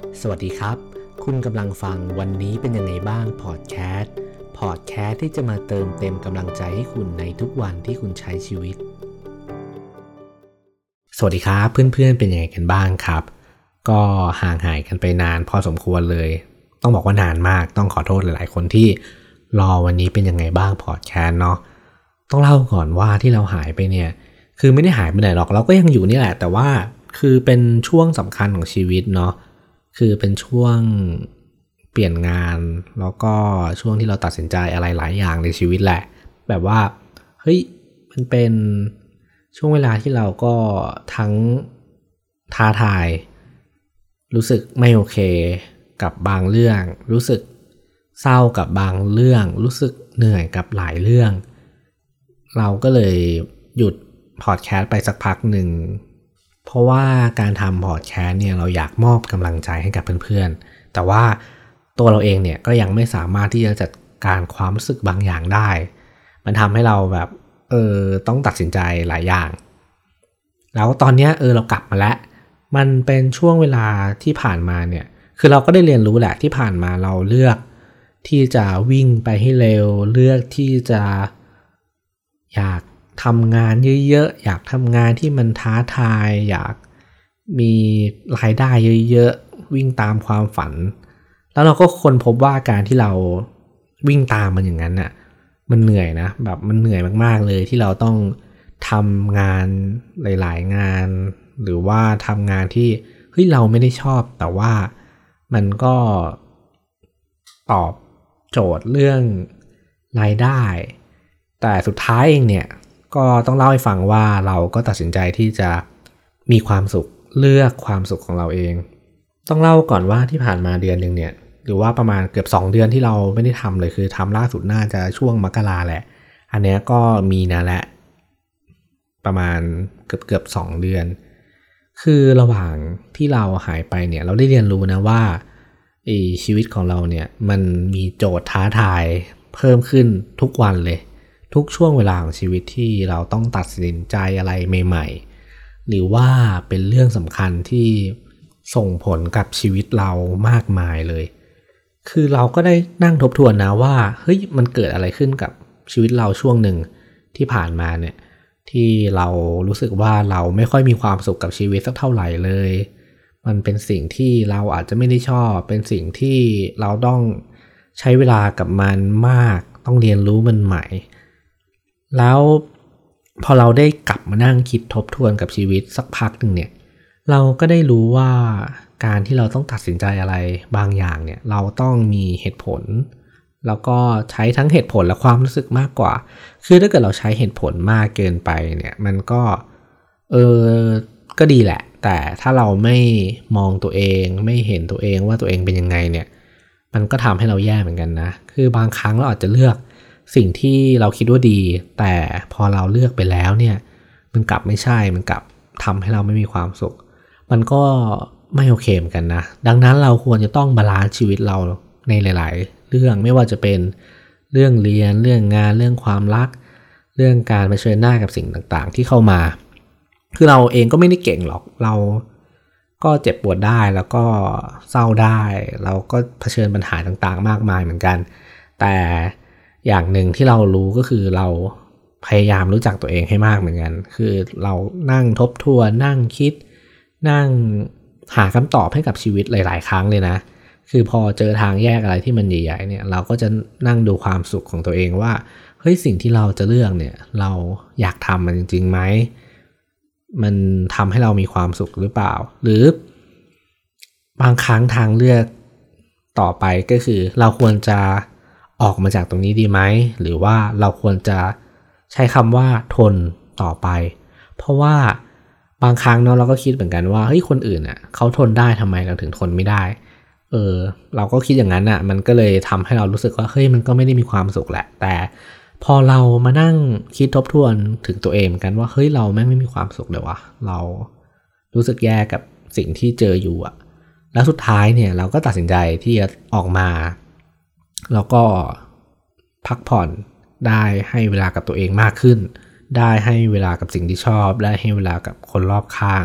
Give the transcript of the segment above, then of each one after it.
สวัสดีครับคุณกำลังฟังวันนี้เป็นยังไงบ้างพอดแคสต์ที่จะมาเติมเต็มกำลังใจให้คุณในทุกวันที่คุณใช้ชีวิตสวัสดีครับเพื่อนๆเป็นยังไงกันบ้างครับก็ห่างหายกันไปนานพอสมควรเลยต้องบอกว่านานมากต้องขอโทษหลายๆคนที่รอวันนี้เป็นยังไงบ้างพอดแคสต์เนาะต้องเล่าก่อนว่าที่เราหายไปเนี่ยคือไม่ได้หายไปไหนหรอกเราก็ยังอยู่นี่แหละแต่ว่าคือเป็นช่วงสำคัญของชีวิตเนาะคือเป็นช่วงเปลี่ยนงานแล้วก็ช่วงที่เราตัดสินใจอะไรหลายอย่างในชีวิตแหละแบบว่าเฮ้ยมันเป็นช่วงเวลาที่เราก็ทั้งท้าทายรู้สึกไม่โอเคกับบางเรื่องรู้สึกเศร้ากับบางเรื่องรู้สึกเหนื่อยกับหลายเรื่องเราก็เลยหยุดพอดแคสต์ไปสักพักหนึ่งเพราะว่าการทำพอดแคสต์เนี่ยเราอยากมอบกำลังใจให้กับเพื่อนๆแต่ว่าตัวเราเองเนี่ยก็ยังไม่สามารถที่จะจัดการความรู้สึกบางอย่างได้มันทำให้เราแบบต้องตัดสินใจหลายอย่างแล้วตอนเนี้ยเรากลับมาแล้วมันเป็นช่วงเวลาที่ผ่านมาเนี่ยคือเราก็ได้เรียนรู้แหละที่ผ่านมาเราเลือกที่จะวิ่งไปให้เร็วเลือกที่จะอยากทำงานเยอะๆอยากทำงานที่มันท้าทายอยากมีรายได้เยอะๆวิ่งตามความฝันแล้วเราก็ค้นพบว่าการที่เราวิ่งตามมันอย่างนั้นน่ะมันเหนื่อยนะแบบมันเหนื่อยมากๆเลยที่เราต้องทำงานหลายๆงานหรือว่าทำงานที่เฮ้ยเราไม่ได้ชอบแต่ว่ามันก็ตอบโจทย์เรื่องรายได้แต่สุดท้ายเองเนี่ยก็ต้องเล่าให้ฟังว่าเราก็ตัดสินใจที่จะมีความสุขเลือกความสุขของเราเองต้องเล่าก่อนว่าที่ผ่านมาเดือนนึงเนี่ยหรือว่าประมาณเกือบ2เดือนที่เราไม่ได้ทำเลยคือทำล่าสุดน่าจะช่วงมกราแหละอันเนี้ยก็มีนะและประมาณเกือบ2เดือนคือระหว่างที่เราหายไปเนี่ยเราได้เรียนรู้นะว่าชีวิตของเราเนี่ยมันมีโจทย์ท้าทายเพิ่มขึ้นทุกวันเลยทุกช่วงเวลาของชีวิตที่เราต้องตัดสินใจอะไรใหม่ๆหรือว่าเป็นเรื่องสำคัญที่ส่งผลกับชีวิตเรามากมายเลยคือเราก็ได้นั่งทบทวนนะว่าเฮ้ยมันเกิดอะไรขึ้นกับชีวิตเราช่วงหนึ่งที่ผ่านมาเนี่ยที่เรารู้สึกว่าเราไม่ค่อยมีความสุขกับชีวิตสักเท่าไหร่เลยมันเป็นสิ่งที่เราอาจจะไม่ได้ชอบเป็นสิ่งที่เราต้องใช้เวลากับมันมากต้องเรียนรู้มันใหม่แล้วพอเราได้กลับมานั่งคิดทบทวนกับชีวิตสักพักหนึ่งเนี่ยเราก็ได้รู้ว่าการที่เราต้องตัดสินใจอะไรบางอย่างเนี่ยเราต้องมีเหตุผลแล้วก็ใช้ทั้งเหตุผลและความรู้สึกมากกว่าคือถ้าเกิดเราใช้เหตุผลมากเกินไปเนี่ยมันก็ก็ดีแหละแต่ถ้าเราไม่มองตัวเองไม่เห็นตัวเองว่าตัวเองเป็นยังไงเนี่ยมันก็ทำให้เราแย่เหมือนกันนะคือบางครั้งเราอาจจะเลือกสิ่งที่เราคิดว่าดีแต่พอเราเลือกไปแล้วเนี่ยมันกลับไม่ใช่มันกลับทำให้เราไม่มีความสุขมันก็ไม่โอเคเหมือนกันนะดังนั้นเราควรจะต้องบาลานซ์ชีวิตเราในหลายๆเรื่องไม่ว่าจะเป็นเรื่องเรียนเรื่องงานเรื่องความรักเรื่องการเผชิญหน้ากับสิ่งต่างๆที่เข้ามาคือเราเองก็ไม่ได้เก่งหรอกเราก็เจ็บปวดได้แล้วก็เศร้าได้เราก็เผชิญปัญหาต่างๆมากมายเหมือนกันแต่อย่างหนึ่งที่เรารู้ก็คือเราพยายามรู้จักตัวเองให้มากเหมือนกันคือเรานั่งทบทวนนั่งคิดนั่งหาคำตอบให้กับชีวิตหลายๆครั้งเลยนะคือพอเจอทางแยกอะไรที่มันใหญ่ๆเนี่ยเราก็จะนั่งดูความสุขของตัวเองว่าเฮ้ยสิ่งที่เราจะเลือกเนี่ยเราอยากทำมันจริงๆไหมมันทำให้เรามีความสุขหรือเปล่าหรือบางครั้งทางเลือกต่อไปก็คือเราควรจะออกมาจากตรงนี้ดีไหมหรือว่าเราควรจะใช้คำว่าทนต่อไปเพราะว่าบางครั้งเนาะเราก็คิดเหมือนกันว่าเฮ้ยคนอื่นอ่ะเขาทนได้ทำไมเราถึงทนไม่ได้เราก็คิดอย่างนั้นอ่ะมันก็เลยทำให้เรารู้สึกว่าเฮ้ยมันก็ไม่ได้มีความสุขแหละแต่พอเรามานั่งคิดทบทวนถึงตัวเองกันว่าเฮ้ยเราไม่มีความสุขเลยวะเรารู้สึกแย่กับสิ่งที่เจออยู่อ่ะแล้วสุดท้ายเนี่ยเราก็ตัดสินใจที่จะออกมาแล้วก็พักผ่อนได้ให้เวลากับตัวเองมากขึ้นได้ให้เวลากับสิ่งที่ชอบได้ให้เวลากับคนรอบข้าง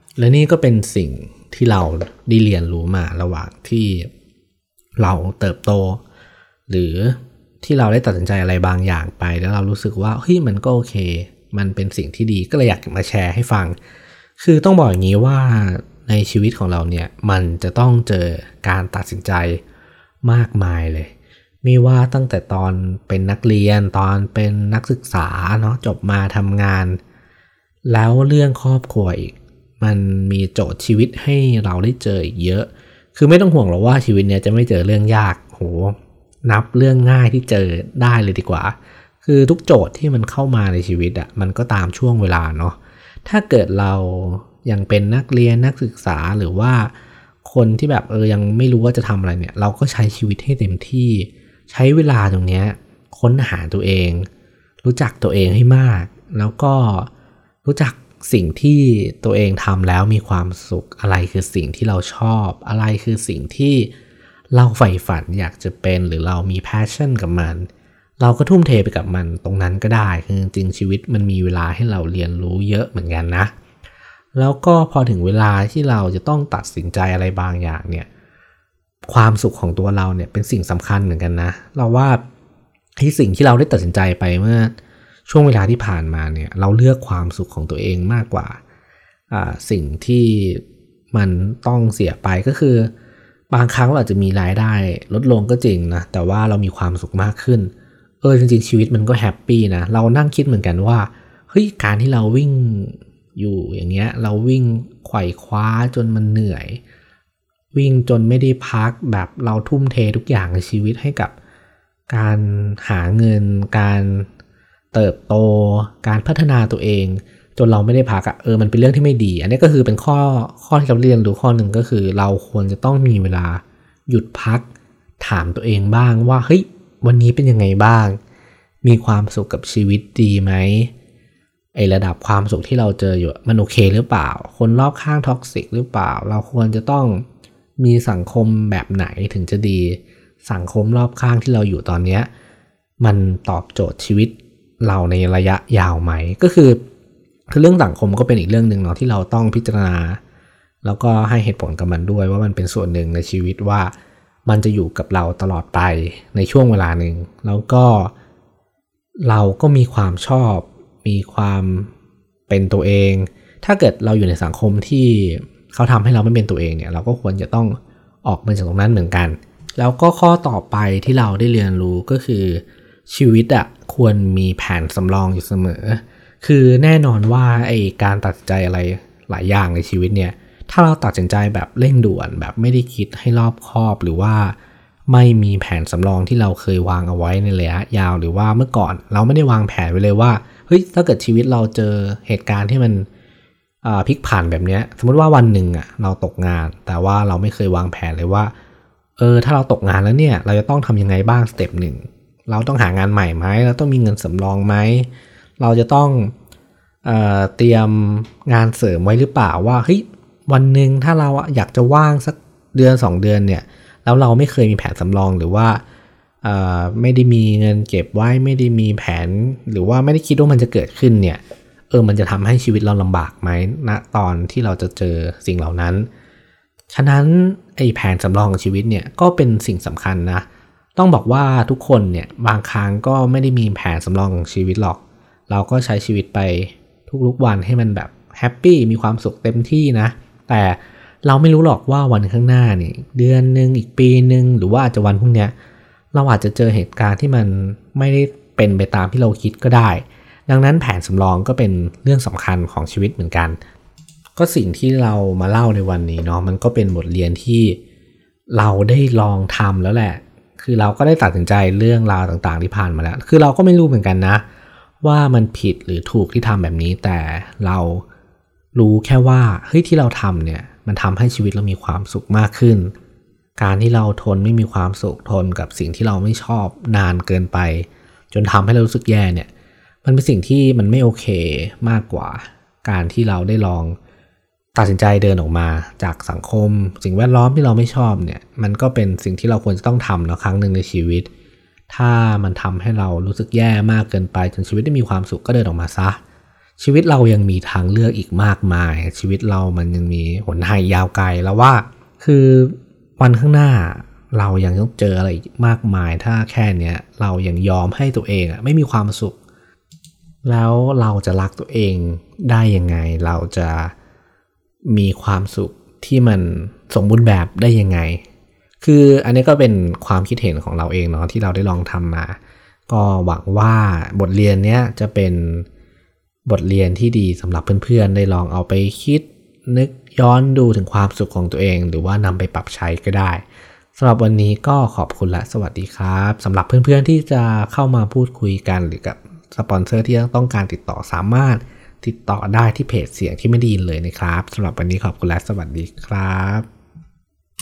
และนี่ก็เป็นสิ่งที่เราได้เรียนรู้มาระหว่างที่เราเติบโตหรือที่เราได้ตัดสินใจอะไรบางอย่างไปแล้วเรารู้สึกว่าเฮ้ยมันก็โอเคมันเป็นสิ่งที่ดีก็เลยอยากมาแชร์ให้ฟังคือต้องบอกอย่างนี้ว่าในชีวิตของเราเนี่ยมันจะต้องเจอการตัดสินใจมากมายเลยไม่ว่าตั้งแต่ตอนเป็นนักเรียนตอนเป็นนักศึกษาเนาะจบมาทำงานแล้วเรื่องครอบครัวอีกมันมีโจทย์ชีวิตให้เราได้เจออีกเยอะคือไม่ต้องห่วงหรอกว่าชีวิตเนี้ยจะไม่เจอเรื่องยากโหนับเรื่องง่ายที่เจอได้เลยดีกว่าคือทุกโจทย์ที่มันเข้ามาในชีวิตอ่ะมันก็ตามช่วงเวลาเนาะถ้าเกิดเรายังเป็นนักเรียนนักศึกษาหรือว่าคนที่แบบยังไม่รู้ว่าจะทำอะไรเนี่ยเราก็ใช้ชีวิตให้เต็มที่ใช้เวลาตรงนี้ค้นหาตัวเองรู้จักตัวเองให้มากแล้วก็รู้จักสิ่งที่ตัวเองทำแล้วมีความสุขอะไรคือสิ่งที่เราชอบอะไรคือสิ่งที่เราใฝ่ฝันอยากจะเป็นหรือเรามี passion กับมันเราก็ทุ่มเทไปกับมันตรงนั้นก็ได้คือจริงชีวิตมันมีเวลาให้เราเรียนรู้เยอะเหมือนกันนะแล้วก็พอถึงเวลาที่เราจะต้องตัดสินใจอะไรบางอย่างเนี่ยความสุขของตัวเราเนี่ยเป็นสิ่งสำคัญเหมือนกันนะเราว่าที่สิ่งที่เราได้ตัดสินใจไปเมื่อช่วงเวลาที่ผ่านมาเนี่ยเราเลือกความสุขของตัวเองมากกว่าสิ่งที่มันต้องเสียไปก็คือบางครั้งเราอาจจะมีรายได้ลดลงก็จริงนะแต่ว่าเรามีความสุขมากขึ้นจริงๆชีวิตมันก็แฮปปี้นะเรานั่งคิดเหมือนกันว่าเฮ้ยการที่เราวิ่งอยู่อย่างเงี้ยเราวิ่งไขว่คว้าจนมันเหนื่อยวิ่งจนไม่ได้พักแบบเราทุ่มเททุกอย่างในชีวิตให้กับการหาเงินการเติบโตการพัฒนาตัวเองจนเราไม่ได้พักมันเป็นเรื่องที่ไม่ดีอันนี้ก็คือเป็นข้อที่เราเรียนรู้ข้อหนึ่งก็คือเราควรจะต้องมีเวลาหยุดพักถามตัวเองบ้างว่าเฮ้ยวันนี้เป็นยังไงบ้างมีความสุขกับชีวิตดีไหมระดับความสุขที่เราเจออยู่มันโอเคหรือเปล่าคนรอบข้างท็อกซิกหรือเปล่าเราควรจะต้องมีสังคมแบบไหนถึงจะดีสังคมรอบข้างที่เราอยู่ตอนนี้มันตอบโจทย์ชีวิตเราในระยะยาวไหมก็คือเรื่องสังคมก็เป็นอีกเรื่องนึงเนาะที่เราต้องพิจารณาแล้วก็ให้เหตุผลกับมันด้วยว่ามันเป็นส่วนหนึ่งในชีวิตว่ามันจะอยู่กับเราตลอดไปในช่วงเวลาหนึ่งแล้วก็เราก็มีความชอบมีความเป็นตัวเองถ้าเกิดเราอยู่ในสังคมที่เขาทำให้เราไม่เป็นตัวเองเนี่ยเราก็ควรจะต้องออกมาจากตรงนั้นเหมือนกันแล้วก็ข้อต่อไปที่เราได้เรียนรู้ก็คือชีวิตควรมีแผนสำรองอยู่เสมอคือแน่นอนว่าการตัดสินใจอะไรหลายอย่างในชีวิตเนี่ยถ้าเราตัดสินใจแบบเร่งด่วนแบบไม่ได้คิดให้รอบคอบหรือว่าไม่มีแผนสำรองที่เราเคยวางเอาไว้ในระยะยาวหรือว่าเมื่อก่อนเราไม่ได้วางแผนไว้เลยว่าเฮ้ยถ้าเกิดชีวิตเราเจอเหตุการณ์ที่มันพลิกผันแบบนี้สมมติว่าวันหนึ่งเราตกงานแต่ว่าเราไม่เคยวางแผนเลยว่าถ้าเราตกงานแล้วเนี่ยเราจะต้องทำยังไงบ้างสเต็ปหนึ่งเราต้องหางานใหม่ไหมเราต้องมีเงินสำรองไหมเราจะต้องเตรียมงานเสริมไว้หรือเปล่าว่าเฮ้ยวันหนึ่งถ้าเราอยากจะว่างสักเดือน2 เดือนเนี่ยแล้วเราไม่เคยมีแผนสำรองหรือว่าไม่ได้มีเงินเก็บไว้ไม่ได้มีแผนหรือว่าไม่ได้คิดว่ามันจะเกิดขึ้นเนี่ยมันจะทำให้ชีวิตเราลำบากไหมณตอนที่เราจะเจอสิ่งเหล่านั้นฉะนั้นแผนสำรองของชีวิตเนี่ยก็เป็นสิ่งสำคัญนะต้องบอกว่าทุกคนเนี่ยบางครั้งก็ไม่ได้มีแผนสำรองของชีวิตหรอกเราก็ใช้ชีวิตไปทุกๆวันให้มันแบบแฮปปี้มีความสุขเต็มที่นะแต่เราไม่รู้หรอกว่าวันข้างหน้านี่เดือนนึงอีกปีนึงหรือว่าอาจจะวันพรุ่งนี้เราอาจจะเจอเหตุการณ์ที่มันไม่ได้เป็นไปตามที่เราคิดก็ได้ดังนั้นแผนสำรองก็เป็นเรื่องสำคัญของชีวิตเหมือนกันก็สิ่งที่เรามาเล่าในวันนี้เนาะมันก็เป็นบทเรียนที่เราได้ลองทำแล้วแหละคือเราก็ได้ตัดสินใจเรื่องราวต่างๆที่ผ่านมาแล้วคือเราก็ไม่รู้เหมือนกันนะว่ามันผิดหรือถูกที่ทำแบบนี้แต่เรารู้แค่ว่าเฮ้ยที่เราทำเนี่ยมันทำให้ชีวิตเรามีความสุขมากขึ้นการที่เราทนไม่มีความสุขทนกับสิ่งที่เราไม่ชอบนานเกินไปจนทำให้เรารู้สึกแย่เนี่ยมันเป็นสิ่งที่มันไม่โอเคมากกว่าการที่เราได้ลองตัดสินใจเดินออกมาจากสังคมสิ่งแวดล้อมที่เราไม่ชอบเนี่ยมันก็เป็นสิ่งที่เราควรจะต้องทำนะครั้งหนึ่งในชีวิตถ้ามันทำให้เรารู้สึกแย่มากเกินไปจนชีวิตไม่มีความสุขก็เดินออกมาซะชีวิตเรายังมีทางเลือกอีกมากมายชีวิตเรามันยังมีหนทางยาวไกลแล้วว่าคือวันข้างหน้าเรายังต้องเจออะไรมากมายถ้าแค่เนี้ยเรายังยอมให้ตัวเองไม่มีความสุขแล้วเราจะรักตัวเองได้ยังไงเราจะมีความสุขที่มันสมบูรณ์แบบได้ยังไงคืออันนี้ก็เป็นความคิดเห็นของเราเองเนาะที่เราได้ลองทำมาก็หวังว่าบทเรียนเนี้ยจะเป็นบทเรียนที่ดีสำหรับเพื่อนๆได้ลองเอาไปคิดนึกย้อนดูถึงความสุขของตัวเองหรือว่านำไปปรับใช้ก็ได้สำหรับวันนี้ก็ขอบคุณและสวัสดีครับสำหรับเพื่อนๆที่จะเข้ามาพูดคุยกันหรือกับสปอนเซอร์ที่ต้องการติดต่อสามารถติดต่อได้ที่เพจเสียงที่ไม่ดีเลยนะครับสำหรับวันนี้ขอบคุณและสวัสดีครับ